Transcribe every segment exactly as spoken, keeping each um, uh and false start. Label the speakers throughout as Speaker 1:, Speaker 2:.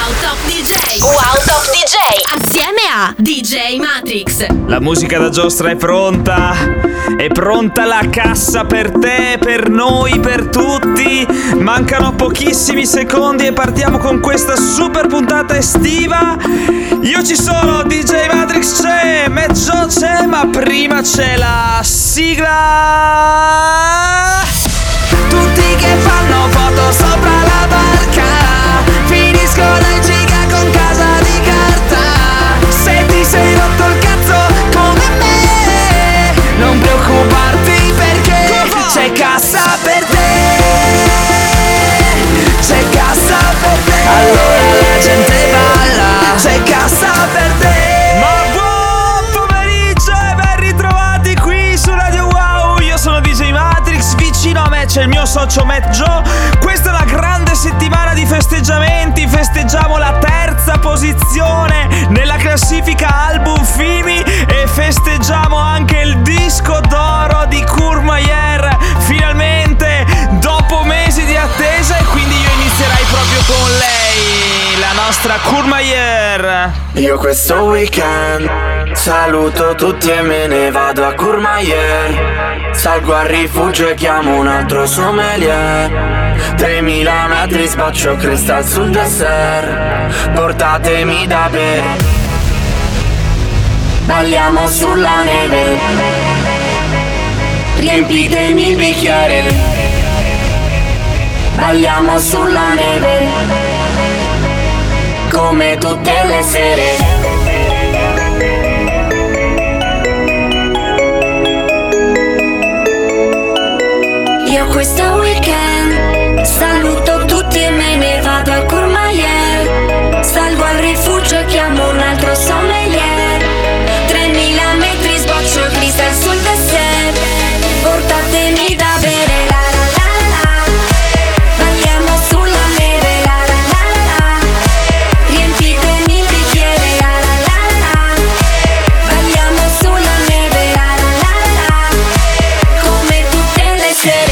Speaker 1: Top D J.
Speaker 2: Wow Top D J.
Speaker 1: Assieme a D J Matrix.
Speaker 3: La musica da giostra è pronta. È pronta la cassa per te, per noi, per tutti. Mancano pochissimi secondi e partiamo con questa super puntata estiva. Io ci sono, D J Matrix c'è, Mezzo c'è, ma prima c'è la sigla. Tutti che fanno foto sopra la barca finiscono in giga con casa di carta. Se ti sei rotto il cazzo come me, non preoccuparti perché c'è cassa per te. C'è cassa per te. Allora la gente balla. C'è cassa per te. Ma buon pomeriggio e ben ritrovati qui su Radio Wow. Io sono D J Matrix, vicino a me c'è il mio socio Matt Joe. Questa è una grande settimana di festeggiamenti. Festeggiamo la terza posizione nella classifica album Fimi e festeggiamo anche il disco d'oro di Courmayeur. Finalmente, dopo mesi di attesa, e quindi io inizierei proprio con lei, la nostra Courmayeur.
Speaker 4: Io questo weekend saluto tutti e me ne vado a Courmayeur. Salgo al rifugio e chiamo un altro sommelier. tremila metri sbaccio cristal sul dessert. Portatemi da bere, balliamo sulla neve. Riempitemi il bicchiere, balliamo sulla neve. Come tutte le sere. Io questo weekend saluto tutti e me ne vado a Courmayeur. Salgo al rifugio e chiamo un altro sommelier. tremila metri sboccio cristal sul dessert. Portatemi da bere, la la la la. Balliamo sulla neve, la la la la. Riempitemi il bicchiere, la la la la. Balliamo sulla neve, la la la la. Come tutte le sere.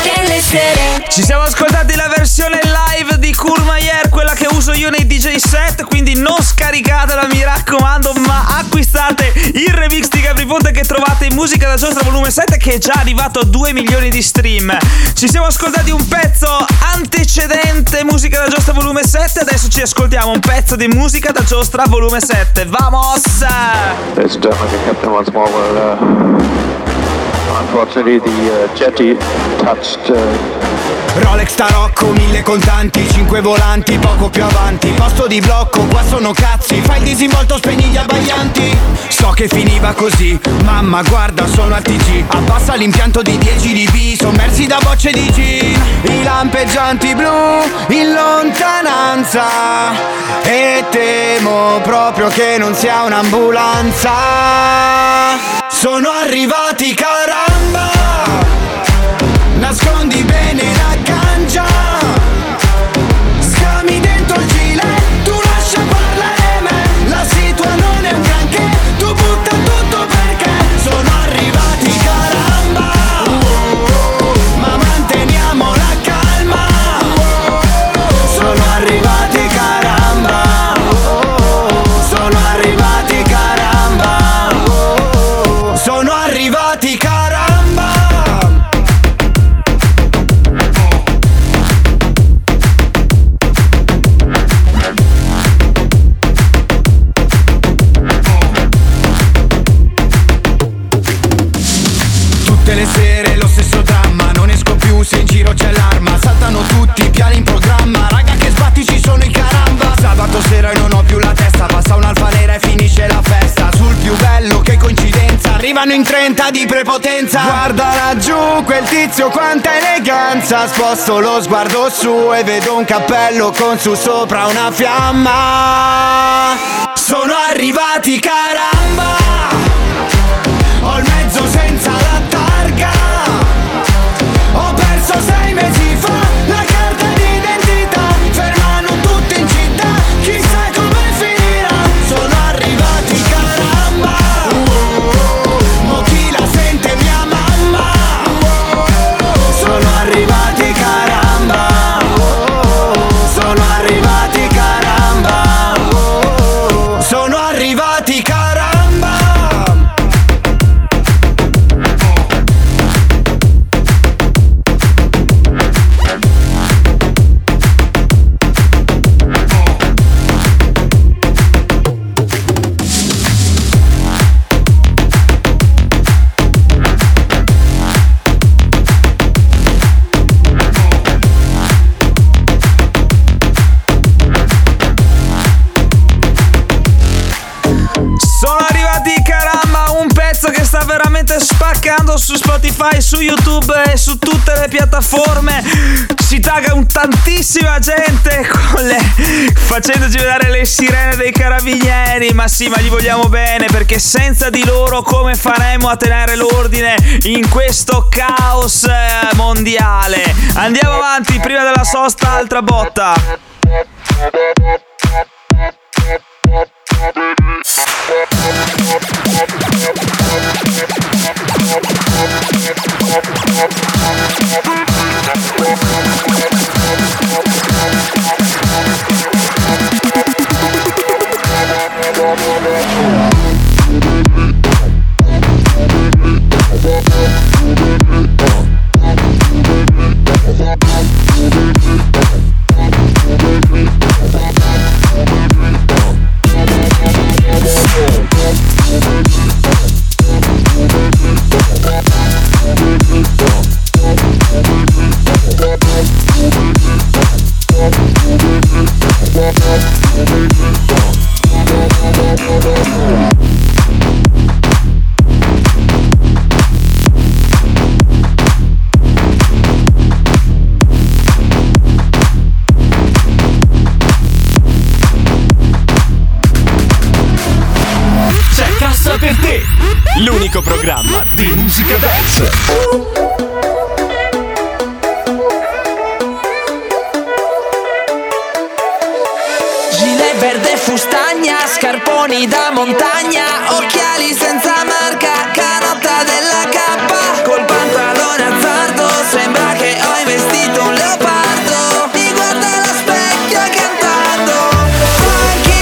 Speaker 3: Ci siamo ascoltati la versione live di Courmayeur, quella che uso io nei D J set. sette, quindi non scaricatela, mi raccomando, ma acquistate il remix di Gabry Ponte che trovate in Musica da Giostra volume sette, che è già arrivato a due milioni di stream. Ci siamo ascoltati un pezzo antecedente Musica da Giostra volume sette, adesso ci ascoltiamo un pezzo di Musica da Giostra volume sette. Vamos!
Speaker 2: Ladies and gentlemen, the captain once more. Well, uh, unfortunately, the uh, jetty touched. Uh,
Speaker 5: Rolex Tarocco, mille contanti, cinque volanti, poco più avanti. Posto di blocco, qua sono cazzi. Fai il disinvolto, spegni gli abbaglianti. So che finiva così, mamma guarda sono al T G. Abbassa l'impianto di dieci dB, sommersi da bocce di gin. I lampeggianti blu in lontananza, e temo proprio che non sia un'ambulanza. Sono arrivati, caramba, nascondi bene la ganja, scami dentro il gilet, tu lascia parlare me. La situa non è un granché, tu butta tutto perché sono arrivati, caramba, ma manteniamo la calma. Sono arrivati, caramba, sono arrivati, caramba, sono arrivati, caramba. Tutte le sere lo stesso dramma, non esco più se in giro c'è l'arma. Saltano tutti i piani in programma, raga che sbatti ci sono i caramba. Sabato sera e non ho più la testa, passa un'alfa nera e finisce la festa. Sul più bello, che coincidenza, arrivano in trenta di prepotenza. Guarda laggiù quel tizio, quanta eleganza. Sposto lo sguardo su e vedo un cappello con su sopra una fiamma. Sono arrivati, caramba, ho il mezzo senza la targa, ho perso sei mesi fa la carta d'identità. Fermano tutti in città, chissà come finirà. Sono arrivati, caramba, mo chi la sente mia mamma. Sono arrivati, caramba, sono arrivati, caramba, sono arrivati, caramba.
Speaker 3: Sono arrivati, caramba, un pezzo che sta veramente spaccando su Spotify, su YouTube e su tutte le piattaforme. Si tagga un tantissima gente con le... facendoci vedere le sirene dei carabinieri. Ma sì, ma gli vogliamo bene, perché senza di loro come faremo a tenere l'ordine in questo caos mondiale? Andiamo avanti, prima della sosta altra botta.
Speaker 6: Per te, l'unico programma di musica dance.
Speaker 7: Gilet verde fustagna, scarponi da montagna, occhiali senza marca, canotta della K, col pantalone azzardo, sembra che ho investito un leopardo. Mi guarda allo specchio cantando, funky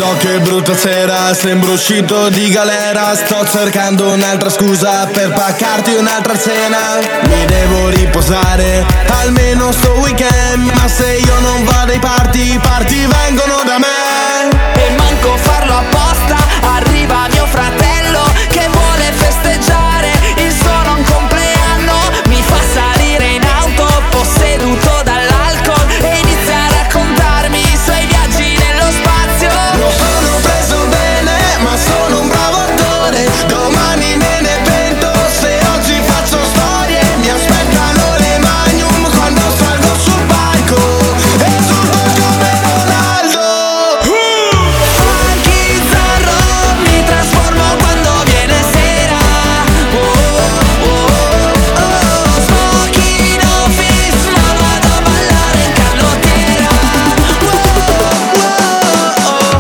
Speaker 5: so che brutta sera, sembro uscito di galera. Sto cercando un'altra scusa per paccarti un'altra cena. Mi devo riposare, almeno sto weekend. Ma se io non vado ai party, i party vengono da me.
Speaker 7: E manco farlo apposta, arriva mio fratello che vuole festeggiare il suo non compleanno. Mi fa salire in auto, posseduto dall'alcol, e inizia a raccontarmi i suoi viaggi nello spazio.
Speaker 5: Non sono preso bene, ma sono un bravo attore. Domani me ne pento se oggi faccio storie. Mi aspettano le Magnum quando salgo sul palco e sul palco come Ronaldo.
Speaker 7: Funky Zarro, mi trasformo quando viene sera. Oh, oh, oh, oh. Smoking office, ma vado a ballare in canottiera. Oh, oh, oh.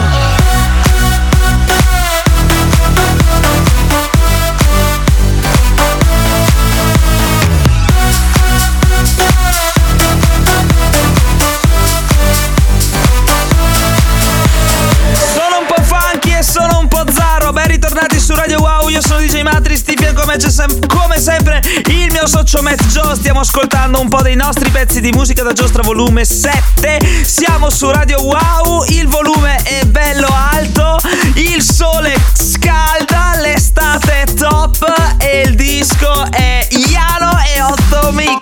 Speaker 7: Sono un po' funky e sono un po' zarro. Ben ritornati su Radio Wow, io sono D J Matrix. Di fianco a me c'è sem- come sempre il mio socio Matt Joe. Stiamo ascoltando un po' dei nostri pezzi di musica da giostra volume sette. Siamo su Radio Wow, il volume è bello alto, il sole scalda, l'estate è top e il disco è Yano e otto Mix.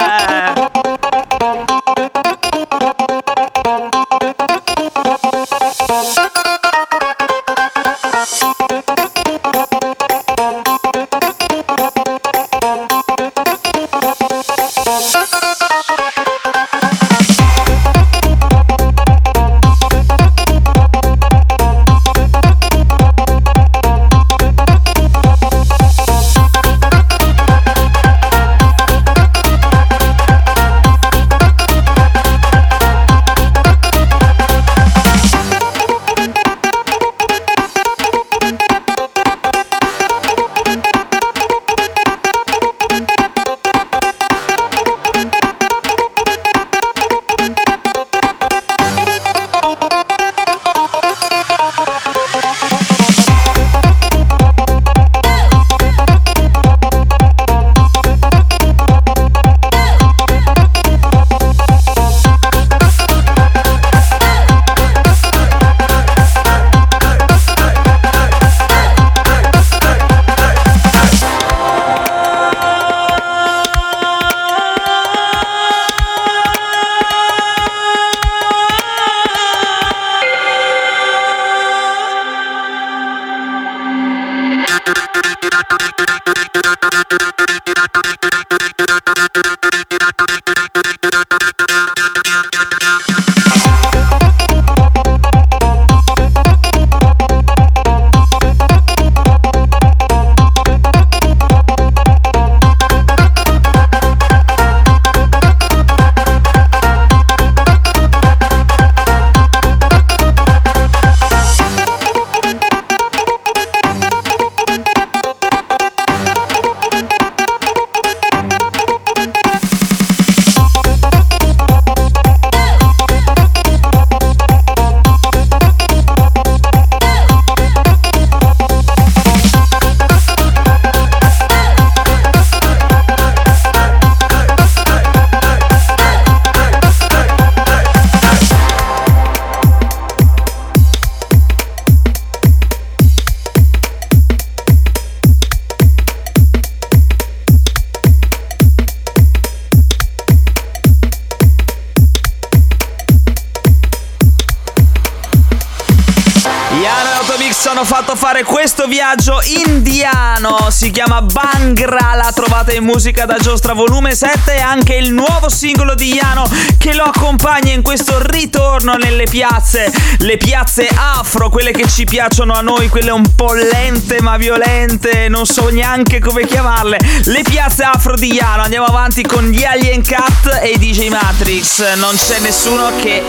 Speaker 7: Hanno fatto fare questo viaggio indiano, si chiama Bhangra, la trovate in musica da giostra volume sette, e anche il nuovo singolo di Yano che lo accompagna in questo ritorno nelle piazze, le piazze afro, quelle che ci piacciono a noi, quelle un po' lente ma violente, non so neanche come chiamarle, le piazze afro di Yano. Andiamo avanti con gli Alien Cat e D J Matrix, non c'è nessuno che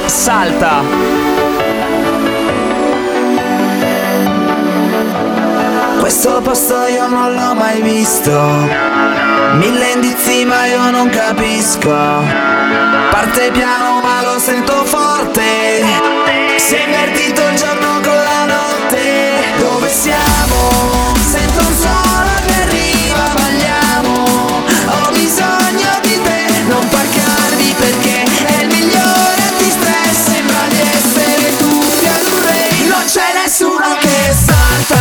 Speaker 7: salta.
Speaker 8: Questo posto io non l'ho mai visto, mille indizi ma io non capisco. Parte piano ma lo sento forte, si è invertito il giorno con la nessuno che salta.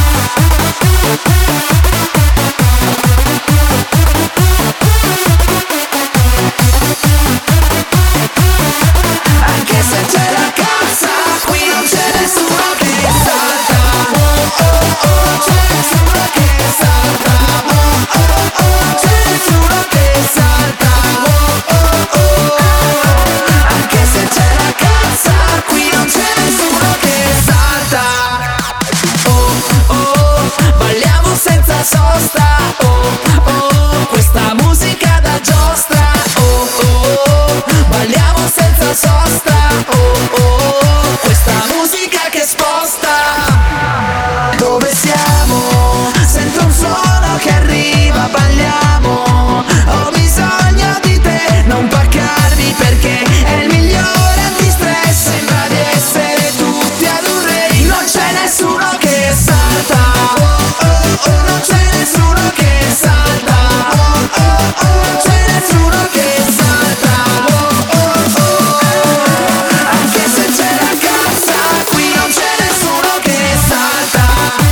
Speaker 8: Anche se c'è la cassa, qui non c'è nessuno che salta. Oh oh oh, c'è nessuno che salta. Oh oh oh, c'è nessuno che salta. Oh oh oh, anche se c'è la cassa, qui non c'è nessuno che salta. Oh oh, balliamo senza sosta. Oh oh, questa musica da giostra. Oh oh, balliamo senza sosta. Oh oh, questa musica che sposta. Dove siamo? Sento un suono che arriva, balliamo. Ho bisogno di te, non paccarmi perché è il migliore antistress. Sembra di essere tutti ad un rave. Non c'è nessuno che salta. Oh oh oh, non c'è nessuno che salta. Oh oh oh, non c'è nessuno che salta. Oh oh oh, anche se c'è la cassa, qui non c'è nessuno che salta.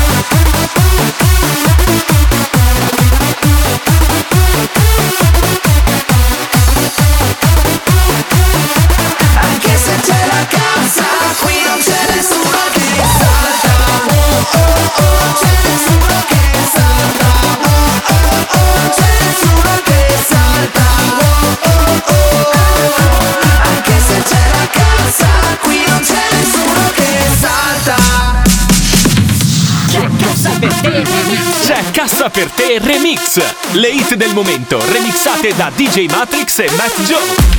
Speaker 8: Anche se c'è la cassa, qui non c'è nessuno che salta. Oh oh oh, c'è nessuno che salta. Oh oh oh, c'è nessuno che salta. Oh oh oh, anche se c'è la cassa, qui non c'è nessuno che salta.
Speaker 6: C'è Cassa per te Remix. Le hit del momento remixate da D J Matrix e Matt Joe.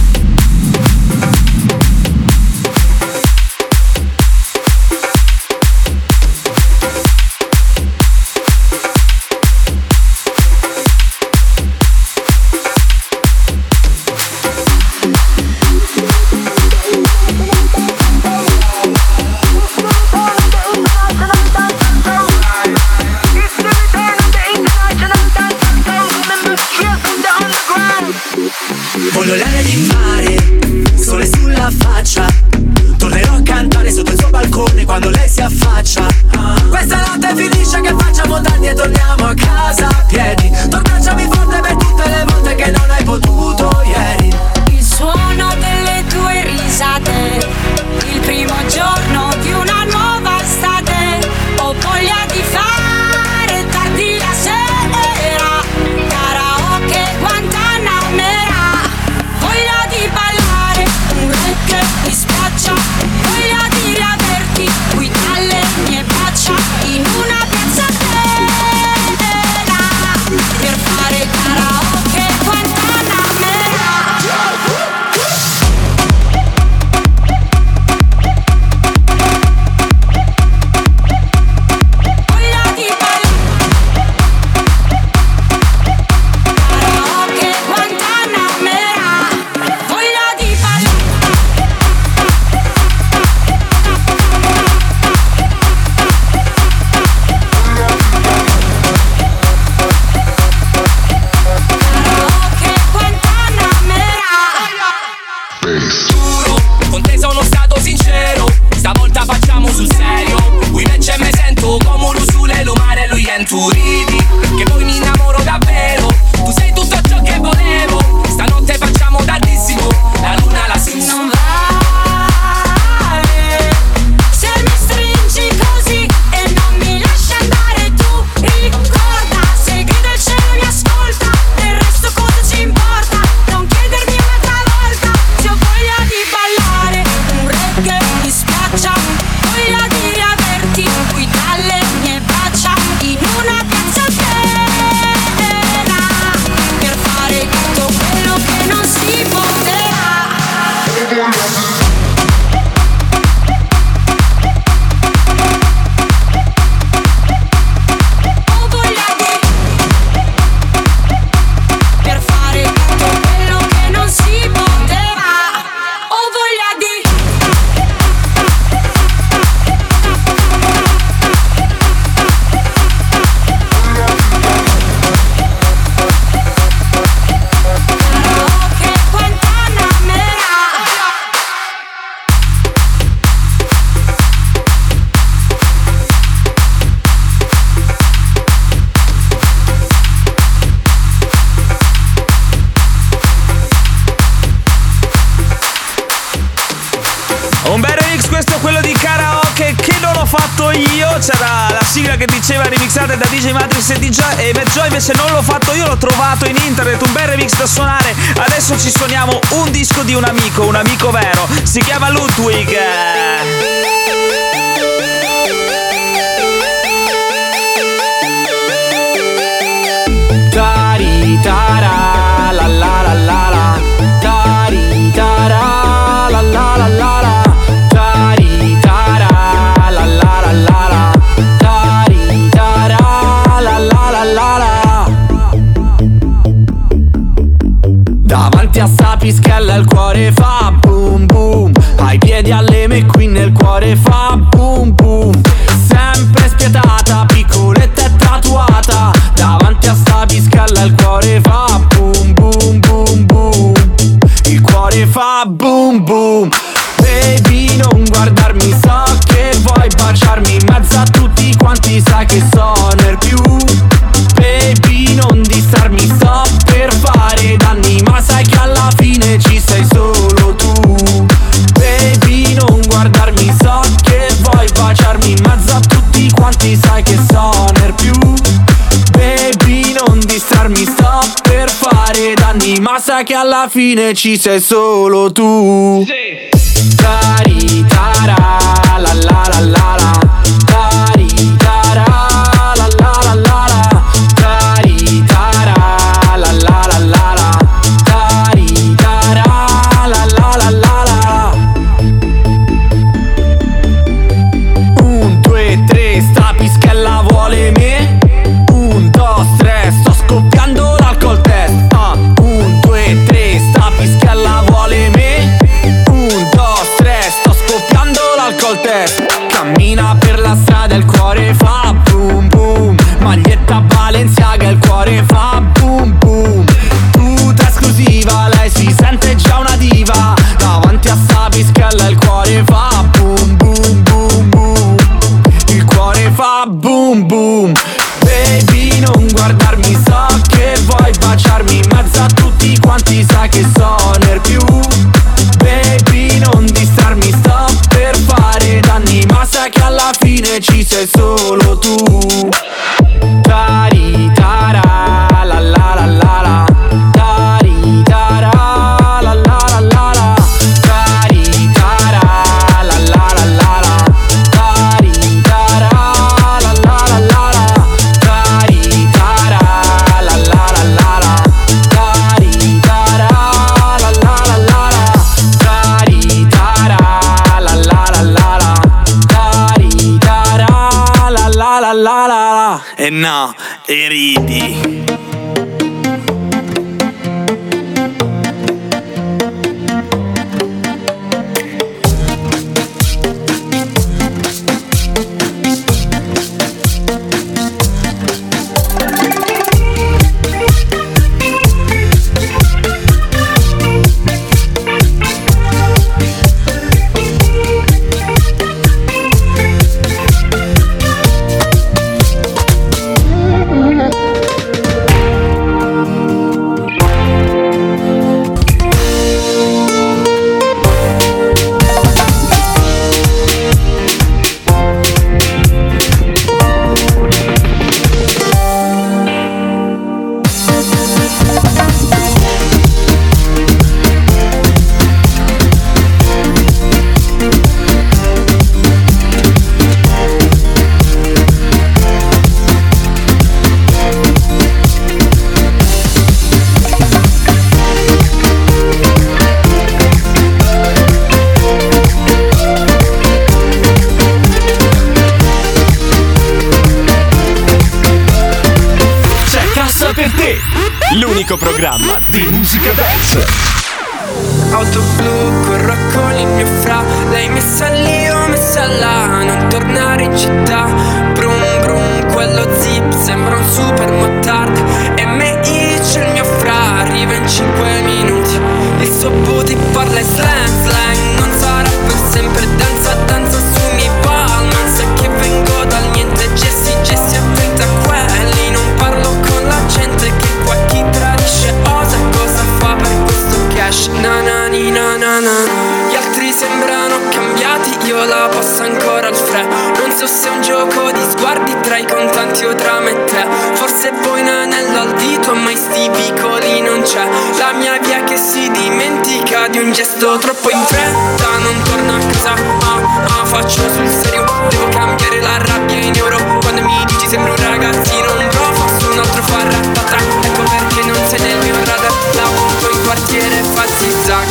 Speaker 8: Voglio l'aria di mare, sole sulla faccia. Tornerò a cantare sotto il suo balcone quando lei si affaccia. Questa notte finisce che facciamo tardi e torniamo a casa a piedi. Tu abbracciami forte per tutte le volte che non hai potuto ieri.
Speaker 4: Il suono delle tue risate, il primo giorno di una nuova estate. Ho voglia di fare tardi la sera, karaoke, Guantanamera. Voglia di ballare un reggae mi spiaggia. Voglia di riaverti qui dalle mie braccia in una piazza piena per fare karaoke, Guantanamera. Voglia di ballare karaoke, Guantanamera. Voglia di ballare. Karaoke, Guantanamera.
Speaker 7: Giuro, con te sono stato sincero, stavolta facciamo sul serio. Qui invece me sento come un usule lumare, lui è in turidi, che poi mi innamoro davvero. Tu sei tutto ciò che volevo, stanotte facciamo tardissimo, la luna la si
Speaker 4: Non vale se mi stringi così e non mi lasci andare tu. Ricorda, se grida il cielo mi ascolta, del resto cosa ci importa? Non chiedermi un'altra volta se ho voglia di ballare un reggae mi spiaggia. Voglia di riaverti qui dalle mie braccia in una piazza
Speaker 3: io, c'era la sigla che diceva remixate da D J Matrix e D J e Matt Joy, invece non l'ho fatto io, l'ho trovato in internet, un bel remix da suonare. Adesso ci suoniamo un disco di un amico, un amico vero, si chiama Ludwig.
Speaker 7: Tari tara la la la la la, tari tara la la la la la, tari tara la la la la la, tari tara la la la la la. Davanti a sta pischella il cuore fa boom boom, ai piedi alle McQueen il cuore fa boom boom. Sempre spietata, piccoletta e tatuata, davanti a sta pischella il cuore fa boom boom boom boom, il cuore fa boom boom. Baby non guardarmi, so che vuoi baciarmi in mezzo a tutti quanti, sai che sono il più. Baby non distarmi, sto per fare danni, ma sai che alla fine ci sei solo tu. Baby non guardarmi, so che vuoi baciarmi in mezzo a tutti quanti, sai che sono il più. Baby non distarmi, sto per fare danni, ma sai che alla fine ci sei solo tu. Sì. Tari tara la la la la la, tari tara la la la la la, tari tara la la la la la, tari tara la la la la la. Un, due, tre, sta pischella vuole me. Un, dos, tre, sto scoppiando l'alcol test. Ah, un, due, tre, sta pischella vuole me. Un, dos, tre, sto scoppiando l'alcol test. Cammina per la strada, il cuore fa boom boom. Maglietta Balenciaga, il cuore fa boom boom. Tutta esclusiva, lei si sente già una diva. Davanti a sta pischella il cuore fa boom boom boom boom, il cuore fa boom boom. Baby non guardarmi, so che vuoi baciarmi in mezzo a tutti quanti, sai che sono il più. Baby non distarmi, sto per fare danni, ma sai che alla fine ci sei solo tu. Tari tara la la la la la, tari tara la la la la la, tari tara la la la la la, tari tara la la la la la, tari tara la la la la la, tari tara la la la la la, tari tara la la la la la, tari tara la la la la la. E no, e ridi.
Speaker 6: L'unico programma di musica dance.
Speaker 9: Auto blu, corro con il mio fra. Lei messa lì, io messa là. Non tornare in città. Brum brum, quello zip sembra un super motard. E me c'è il mio fra. Arriva in cinque minuti. Il suo booty parla in slang slang. Non sarà per sempre danza danza su mi palman. Sa che vengo dal niente. Gessi gessi attenta a quelli. Non parlo con la gente che qua chi tradisce osa cosa fa per questo cash. Na na ni na na na. Gli altri sembrano cambiati, io la passo ancora al fre. Non so se un giorno guardi tra i contanti o tra me e te. Forse poi un anello al dito, ma in sti vicoli non c'è. La mia via che si dimentica di un gesto troppo in fretta. Non torno a casa, ah, ah, faccio sul serio. Devo cambiare la rabbia in euro. Quando mi dici sembri un ragazzino, un prof su un altro fa ratata. Ecco perché non sei nel mio radar. La punto in quartiere e fa zigzag.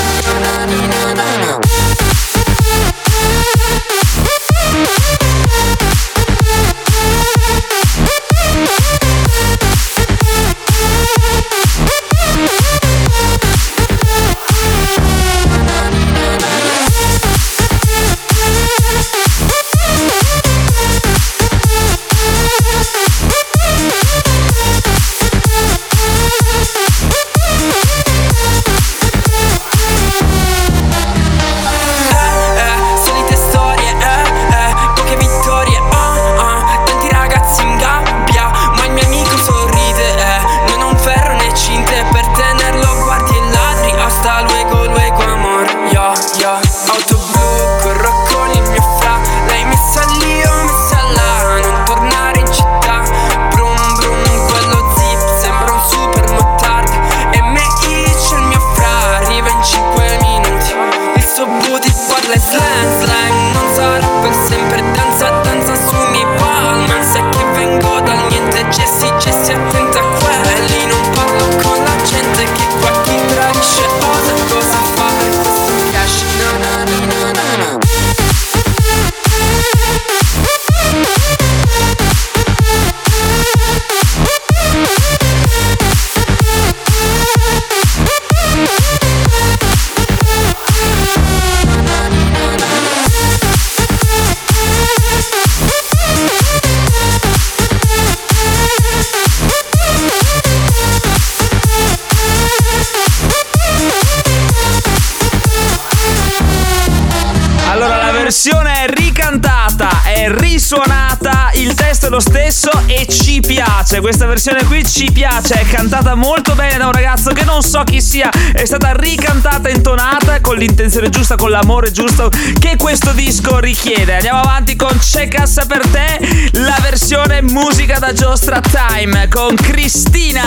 Speaker 3: È ricantata, è risuonata, il testo è lo stesso e ci piace. Questa versione qui ci piace, è cantata molto bene da un ragazzo che non so chi sia. È stata ricantata e intonata con l'intenzione giusta, con l'amore giusto che questo disco richiede. Andiamo avanti con C'è cassa per te, la versione musica da giostra time con Cristina.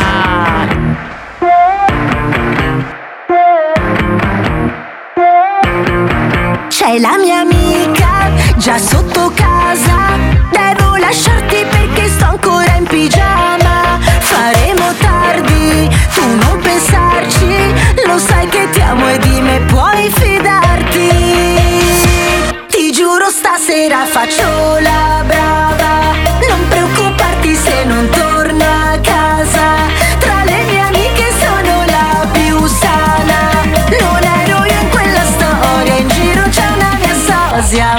Speaker 4: C'è la mia amica già sotto casa. Devo lasciarti perché sto ancora in pigiama. Faremo tardi, tu non pensarci. Lo sai che ti amo e di me puoi fidarti. Ti giuro stasera faccio la brava. Non preoccuparti se non torno a casa. Tra le mie amiche sono la più sana. Non ero io in quella storia, in giro c'è una mia sosia.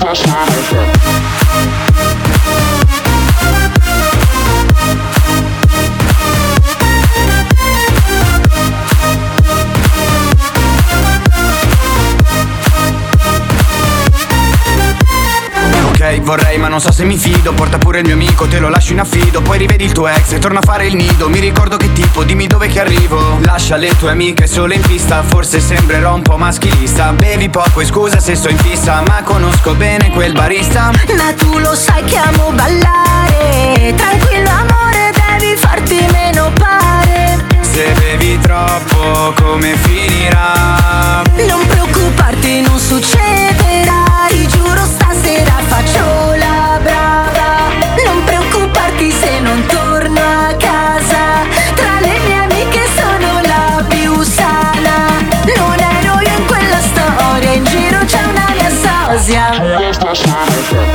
Speaker 5: Ok, vorrei ma non so se mi fido. Porta pure il mio amico, te lo lascio in affido. Poi rivedi il tuo ex e torna a fare il nido. Mi ricordo che tipo, dimmi dove che arrivo. Lascia le tue amiche solo in pista. Forse sembrerò un po' maschilista. Bevi poco e scusa se sto in fissa, ma conosco bene quel barista.
Speaker 4: Ma tu lo sai che amo ballare. Tranquillo amore, devi farti meno pare.
Speaker 5: Se bevi troppo come finirà?
Speaker 4: Non preoccuparti, non succederà. Ti giuro stasera faccio la brava. Non preoccuparti se non torno a casa. Tra le mie amiche sono la più sana. Non ero io in quella storia, in giro c'è una mia sosia.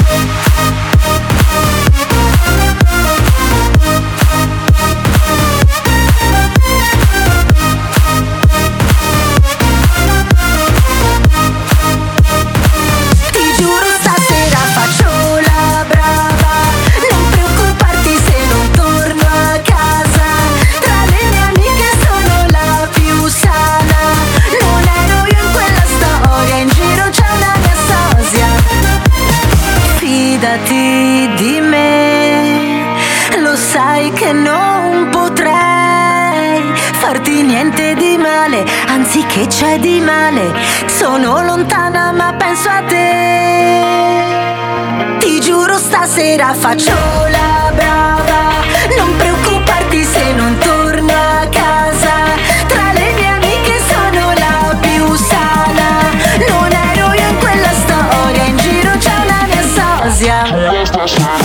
Speaker 4: Di me, lo sai che non potrei farti niente di male, anzi che c'è di male. Sono lontana ma penso a te. Ti giuro giuro stasera faccio la brava. Non preoccuparti se non torna a casa. Tra le mie amiche sono la più sana. Non ero io in quella storia, in giro c'è la mia sosia.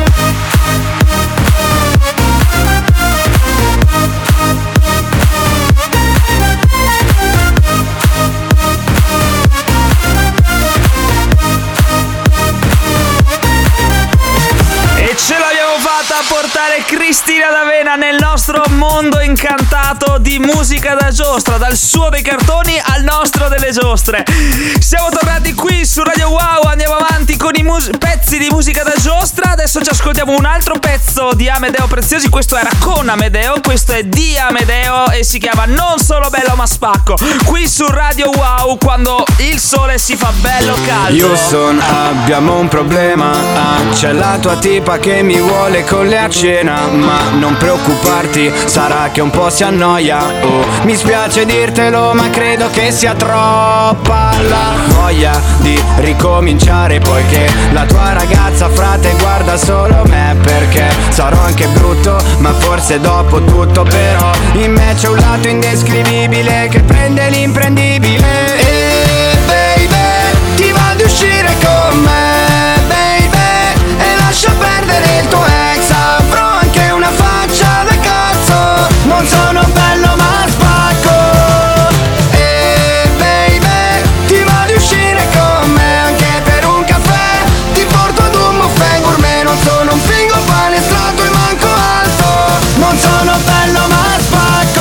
Speaker 3: Ce l'abbiamo fatta a portare Cristina D'Avena nel nostro mondo incantato di musica da giostra, dal suo dei cartoni al nostro delle giostre. Siamo tornati qui su Radio Wow, andiamo avanti con i mus- pezzi di musica da giostra. Adesso ci ascoltiamo un altro pezzo di Amedeo Preziosi. Questo era con Amedeo, questo è di Amedeo e si chiama Non solo bello ma spacco. Qui su Radio Wow, quando il sole si fa bello caldo.
Speaker 5: Houston, abbiamo un problema. Ah, c'è la tua tipa che mi vuole con le a cena, ma non preoccuparti, sarà che un po' si annoia. Oh, mi spiace dirtelo, ma credo che sia troppa la voglia di ricominciare, poiché la tua ragazza, frate, guarda solo me, perché sarò anche brutto, ma forse dopo tutto però in me c'è un lato indescrivibile che prende l'imprendibile. E baby, ti va di uscire con me, baby, e lascia perdere il tuo ex. Avrò anche una faccia da cazzo, non sono bello ma spacco. E baby, ti va di uscire con me anche per un caffè. Ti porto ad un buffet gourmet, non sono un figo palestrato e manco alto, non sono bello ma spacco.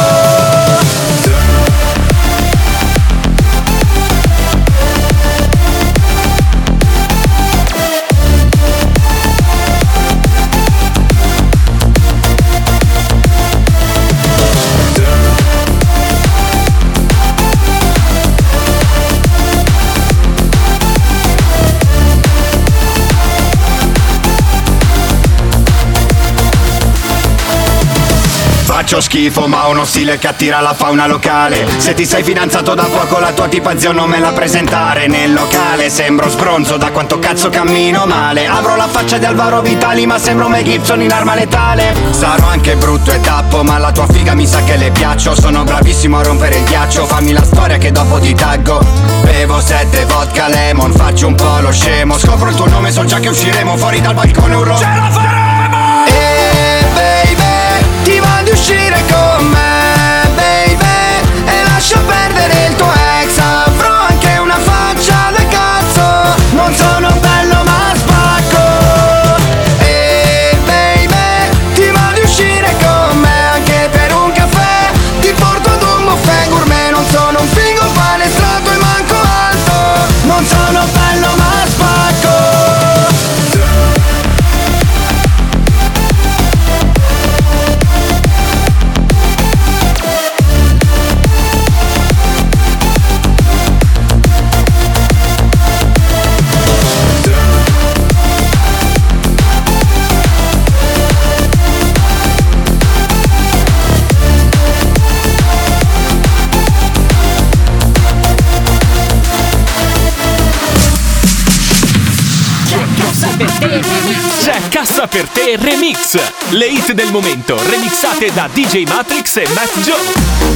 Speaker 5: Faccio schifo ma ho uno stile che attira la fauna locale. Se ti sei fidanzato da poco la tua tipa zio non me la presentare nel locale. Sembro sbronzo da quanto cazzo cammino male. Avrò la faccia di Alvaro Vitali ma sembro Mel Gibson in arma letale. Sarò anche brutto e tappo ma la tua figa mi sa che le piaccio. Sono bravissimo a rompere il ghiaccio, fammi la storia che dopo ti taggo. Bevo sette vodka lemon, faccio un po' lo scemo. Scopro il tuo nome, so già che usciremo fuori dal balcone un ro- Ce la faremo! E baby, ti va di uscire con me, baby, e lascia perdere il tuo ex. Avrò anche una faccia da cazzo, non sono bello ma spacco. E baby, ti va di uscire con me anche per un caffè. Ti porto ad un buffet gourmet, non sono un figo palestrato e manco alto, non sono bello ma spacco.
Speaker 6: C'è Cassa per te Remix, le hit del momento remixate da D J Matrix e Matt Joe.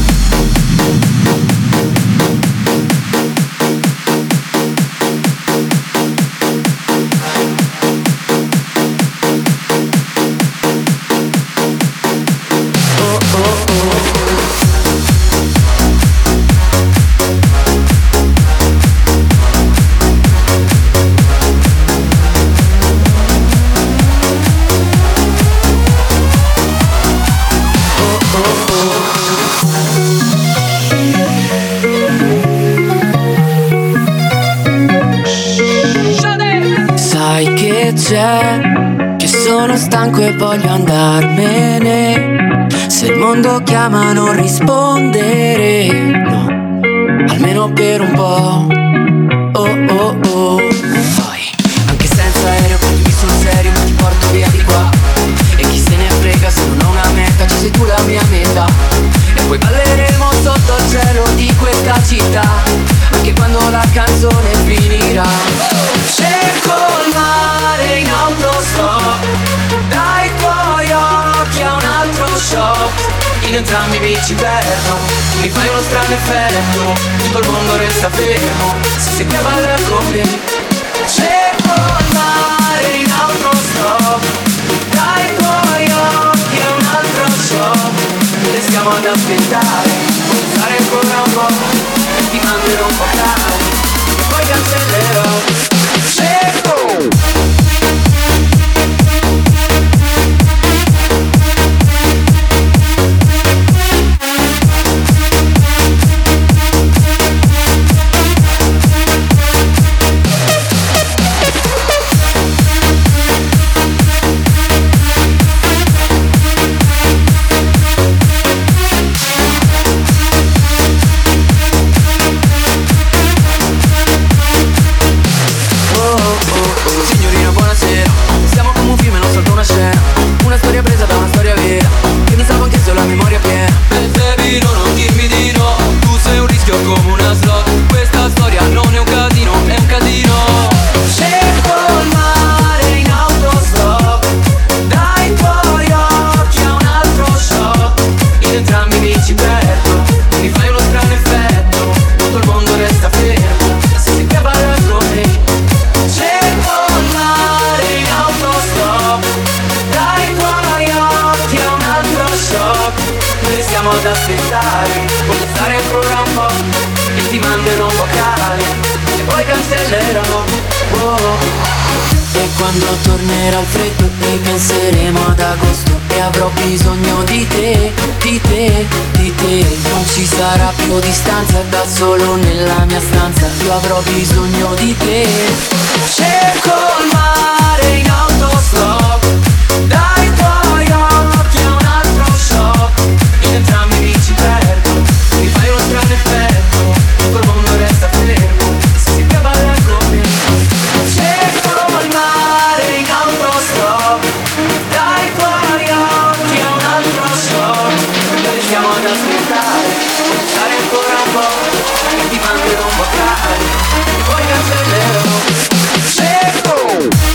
Speaker 7: C'è che sono stanco e voglio andarmene. Se il mondo chiama non rispondere, no, almeno per un po'. Oh oh oh. Poi, anche senza aereo mi sul serio, ti porto via di qua. E chi se ne frega se non ho una meta, ci sei tu la mia meta. E poi balleremo sotto il cielo di questa città, anche quando la canzone finirà. Cerco il mare in auto in entrambi mi ci perdo. Mi fai uno strano effetto, tutto il mondo resta fermo. Se sei qui a ballare con me, cerco il mare in autostop. Dai tuoi occhi è un altro show. Restiamo ad aspettare, stare ancora un po'. E ti manderò un po' tardi, e poi cancellerò. Cerco.
Speaker 10: Quando tornerà il freddo e penseremo ad agosto e avrò bisogno di te, di te, di te. Non ci sarà più distanza da solo nella mia stanza. Io avrò bisogno di te.
Speaker 7: Cerco il mare in autostop. Dai tuoi occhi a un altro shock. In entrambi mi ci perdo. Mi fai uno strano effetto, tutto il mondo resta fermo. Se si può ballare con me. Cerco il mare in autostop. Dai tuoi occhi a un altro shock. Restiamo ad aspettare, stare ancora un po'. E ti manderò un po' cari, e poi cancellerò. Cerco.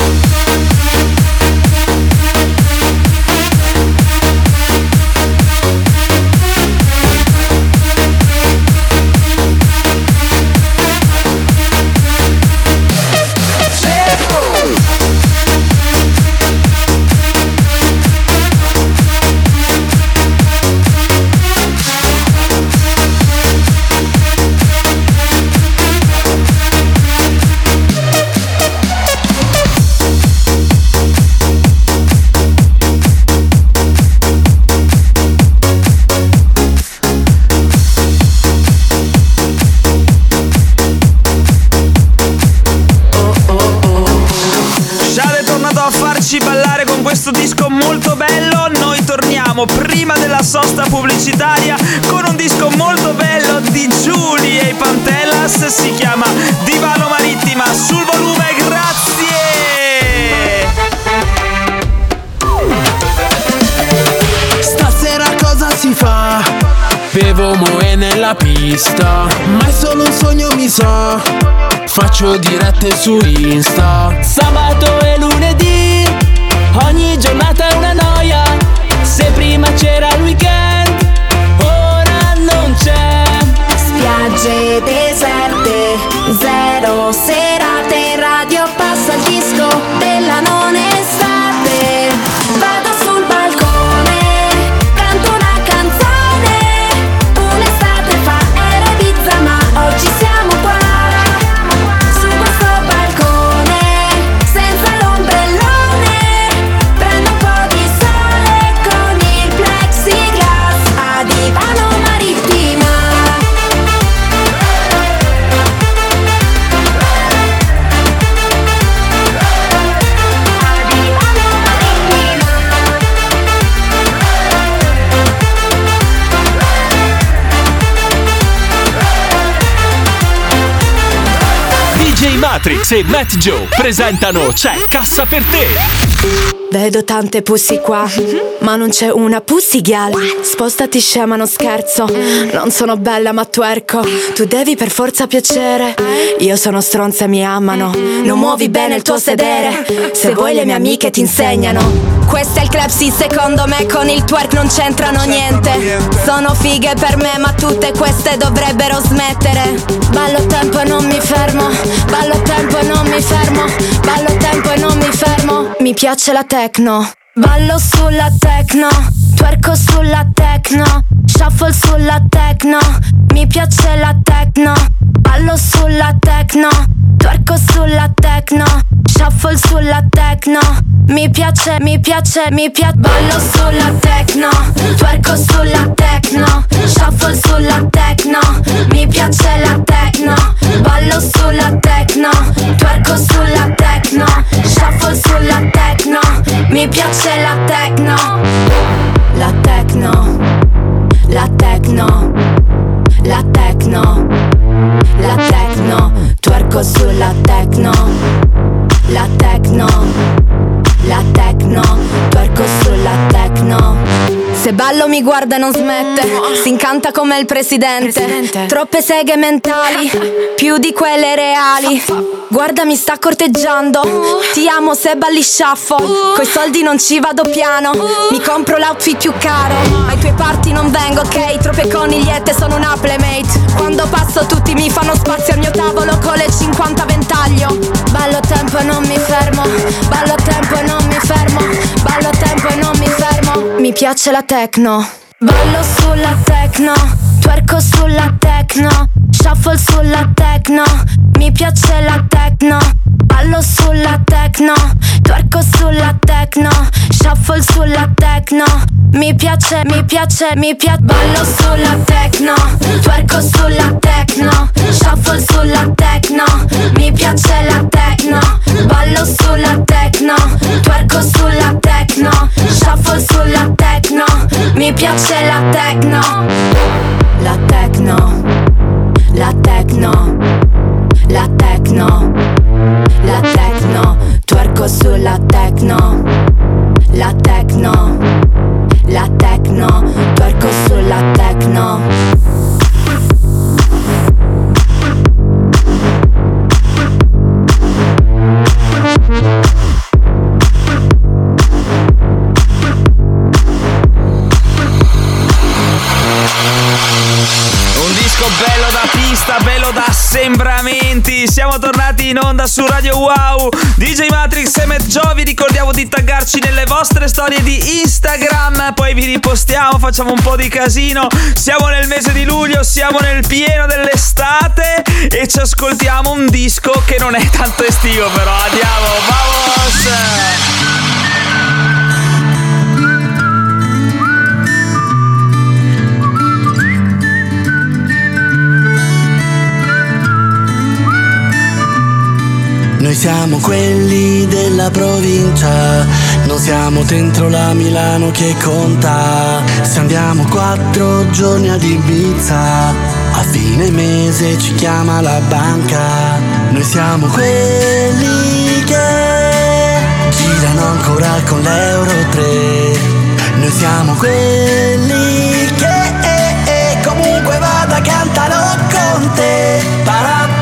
Speaker 3: Ballare con questo disco molto bello. Noi torniamo prima della sosta pubblicitaria con un disco molto bello di Giulia e i Pantellas. Si chiama Divano Marittima. Sul volume, grazie.
Speaker 11: Stasera cosa si fa? Bevo moe nella pista, ma è solo un sogno, mi sa. Faccio dirette su Insta.
Speaker 12: Sabato e lunedì, ogni giornata è una noia. Se prima c'era il weekend, ora non c'è.
Speaker 4: Spiagge deserte, zero serate. Radio passa il disco della non estate. Vado sul balcone, canto una canzone. Un'estate fa era Ibiza, ma oggi siamo qua. Su questo balcone, senza l'ombrellone. Prendo un po' di sole con il plexiglass. A Divano Marittima.
Speaker 6: D J Matrix e Matt Joe presentano C'è Cassa per te.
Speaker 13: Vedo tante pussy qua, ma non c'è una pussy gal. Spostati scema, non scherzo. Non sono bella ma twerco. Tu devi per forza piacere. Io sono stronza e mi amano. Non muovi bene il tuo sedere. Se vuoi le mie amiche ti insegnano. Questo è il club, sì, secondo me con il twerk non c'entrano niente. Sono fighe per me, ma tutte queste dovrebbero smettere. Ballo tempo e non mi fermo, ballo tempo e non mi fermo, ballo tempo e non mi fermo. Mi piace la techno, ballo sulla techno, twerko sulla techno, shuffle sulla techno. Mi piace la techno, ballo sulla techno, twerko sulla techno, shuffle sulla techno. Mi piace, mi piace, mi piace. Ballo sulla techno, twerko sulla techno, shuffle sulla techno. Mi piace la techno, ballo sulla techno, twerko sulla techno, shuffle sulla techno. Mi piace la techno, la techno, la techno, la techno, la techno, twerko sulla techno, la techno, la techno, twerko sulla techno. Se ballo mi guarda e non smette, si incanta come il presidente. presidente Troppe seghe mentali, più di quelle reali. Guarda mi sta corteggiando, ti amo se balli shuffle. Coi soldi non ci vado piano, mi compro l'outfit più caro. Ai tuoi party non vengo, ok? Troppe conigliette, sono una playmate. Quando passo tutti mi fanno spazio al mio tavolo con le cinquanta ventaglio. Ballo tempo e non mi fermo, ballo tempo e non mi fermo, ballo tempo e non mi fermo. Mi piace la techno, ballo sulla techno, twerko sulla techno, shuffle sulla techno. Mi piace la techno, ballo sulla techno, twerko sulla techno, shuffle sulla techno. Mi piace, mi piace, mi piace. Ballo sulla techno, twerko sulla techno, shuffle sulla techno. Mi piace la techno, ballo sulla techno, twerko sulla techno, shuffle sulla techno. Mi piace la techno, la techno, la techno, la techno, la techno, twerko sulla techno, la techno, la techno, twerko sulla techno.
Speaker 3: Bello da pista, bello da assembramenti. Siamo tornati in onda su Radio Wow. D J Matrix e Matt Joe, vi ricordiamo di taggarci nelle vostre storie di Instagram, poi vi ripostiamo, facciamo un po' di casino. Siamo nel mese di luglio, siamo nel pieno dell'estate e ci ascoltiamo un disco che non è tanto estivo, però andiamo, vamos!
Speaker 14: Noi siamo quelli della provincia, non siamo dentro la Milano che conta. Se andiamo quattro giorni ad Ibiza, a fine mese ci chiama la banca. Noi siamo quelli che girano ancora con l'Euro tre. Noi siamo quelli che eh, eh, comunque vada cantano con te. Parappa.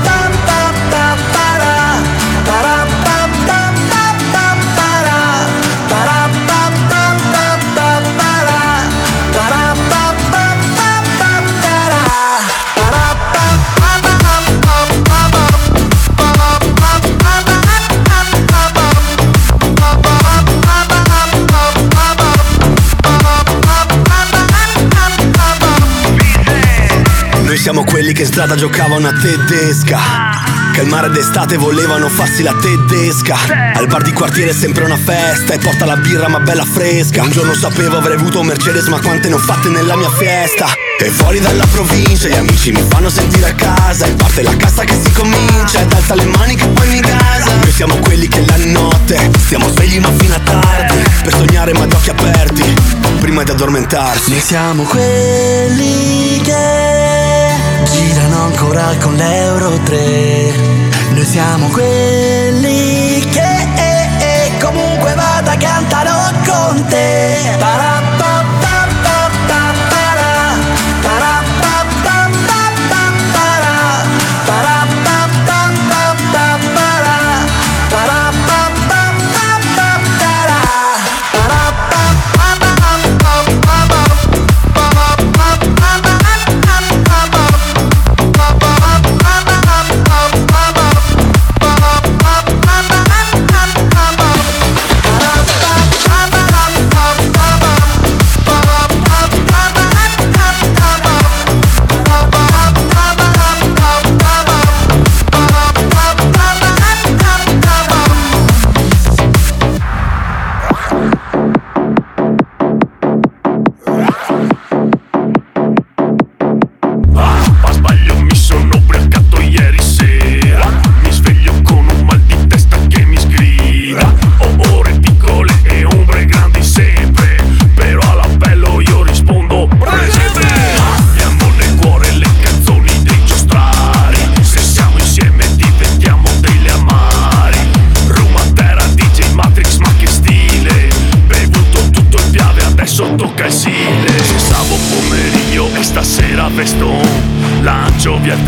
Speaker 5: Siamo quelli che in strada giocavano a tedesca, che al mare d'estate volevano farsi la tedesca. Al bar di quartiere è sempre una festa e porta la birra ma bella fresca. Un giorno sapevo avrei avuto un Mercedes ma quante ne ho fatte nella mia fiesta. E fuori dalla provincia gli amici mi fanno sentire a casa, e parte la cassa che si comincia ed alza le mani che poi mi gasa. Noi siamo quelli che la notte stiamo svegli ma fino a tardi, per sognare ma ad occhi aperti prima di addormentarsi.
Speaker 14: Noi siamo quelli che girano ancora con l'Euro tre. Noi siamo quelli che eh, eh, comunque vada cantano con te. Parappa, pa, pa, pa, para, parappa, pa, pa, pa, para, parappa, pa, pa, pa, para, parappa, pa, pa, pa, para,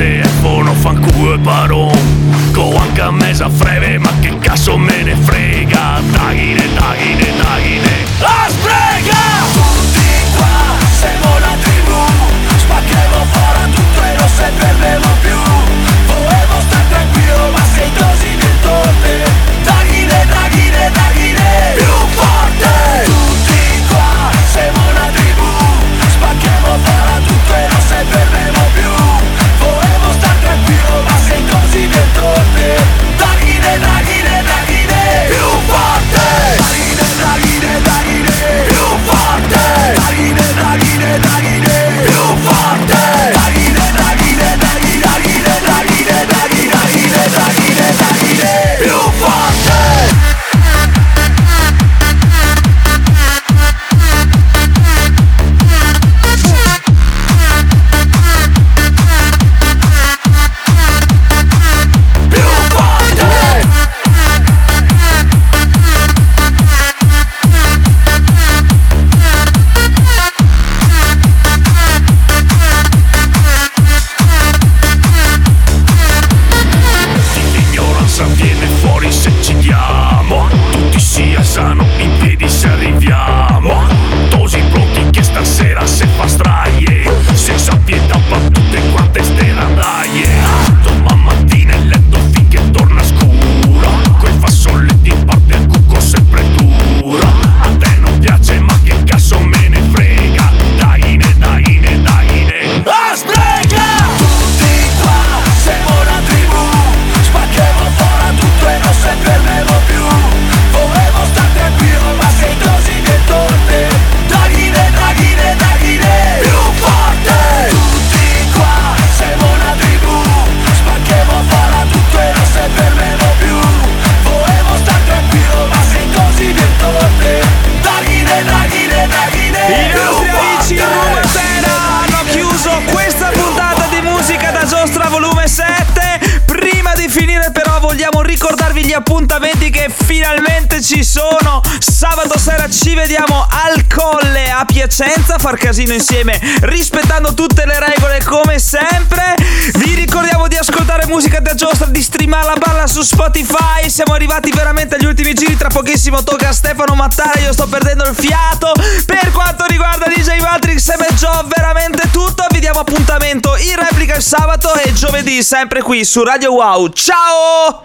Speaker 15: telefono, fanculo e paron. Go anche a mesa freve, ma che cazzo me ne frega. Taghine, taghine, taghine. La sprega! Tutti qua, siamo una tribù. Spacchiamo fuori tutto e non se perdemo più. Volevo star tranquillo, ma sei così virtuote. Taghine, taghine, taghine. Più forte! Tutti qua, siamo una tribù. Spacchiamo fuori tutto e non se perdemo più. Volevo star tranquillo, ma sei così virtuote. Taghine, taghine, taghine. Più forte! Taghine, taghine, taghine. Più forte! Taghine, taghine, taghine. Più forte! Taghine, taghine, taghine, taghine, taghine, taghine, taghine, taghine. Più forte! Viene fuori se ci diamo, tutti si alzano in piedi se arriviamo. Tosi pronti che stasera se fa straie, senza pietà battute quante sterandaie. Domani mattina il letto finché torna scuro, quei fazzoletti in parte al cucco sempre duro. A te non piace ma che cazzo me ne frega. Daine, daine, daine. La sprega! Tutti qua, siamo una tribù. Spacchiamo fuori tutto e non se fermeremo più. Volevo star tranquillo ma sei così virtuote. Taghine, taghine, taghine. Più forte! Tutti qua, siamo una tribù. Spacchiamo fuori tutto e non se fermeremo più. Volevo star tranquillo ma sei così virtuote. Taghine, taghine, taghine.
Speaker 3: I nostri amici Rumatera hanno chiuso questa puntata di Musica da Giostra volume sette. Prima di finire però vogliamo ricordarvi gli appuntamenti che finalmente ci sono. Sabato sera ci vediamo al Colle a Piacenza a far casino insieme, rispettando tutte le regole come sempre. Vi ricordiamo di ascoltare Musica da Giostra, di streamare la balla su Spotify. Siamo arrivati veramente agli ultimi giri, tra pochissimo tocca a Stefano Mattara, io sto perdendo il fiato. Per quanto riguarda D J Matrix e me Gio, veramente tutto. Vi diamo appuntamento in replica il sabato e giovedì sempre qui su Radio Wow. Ciao!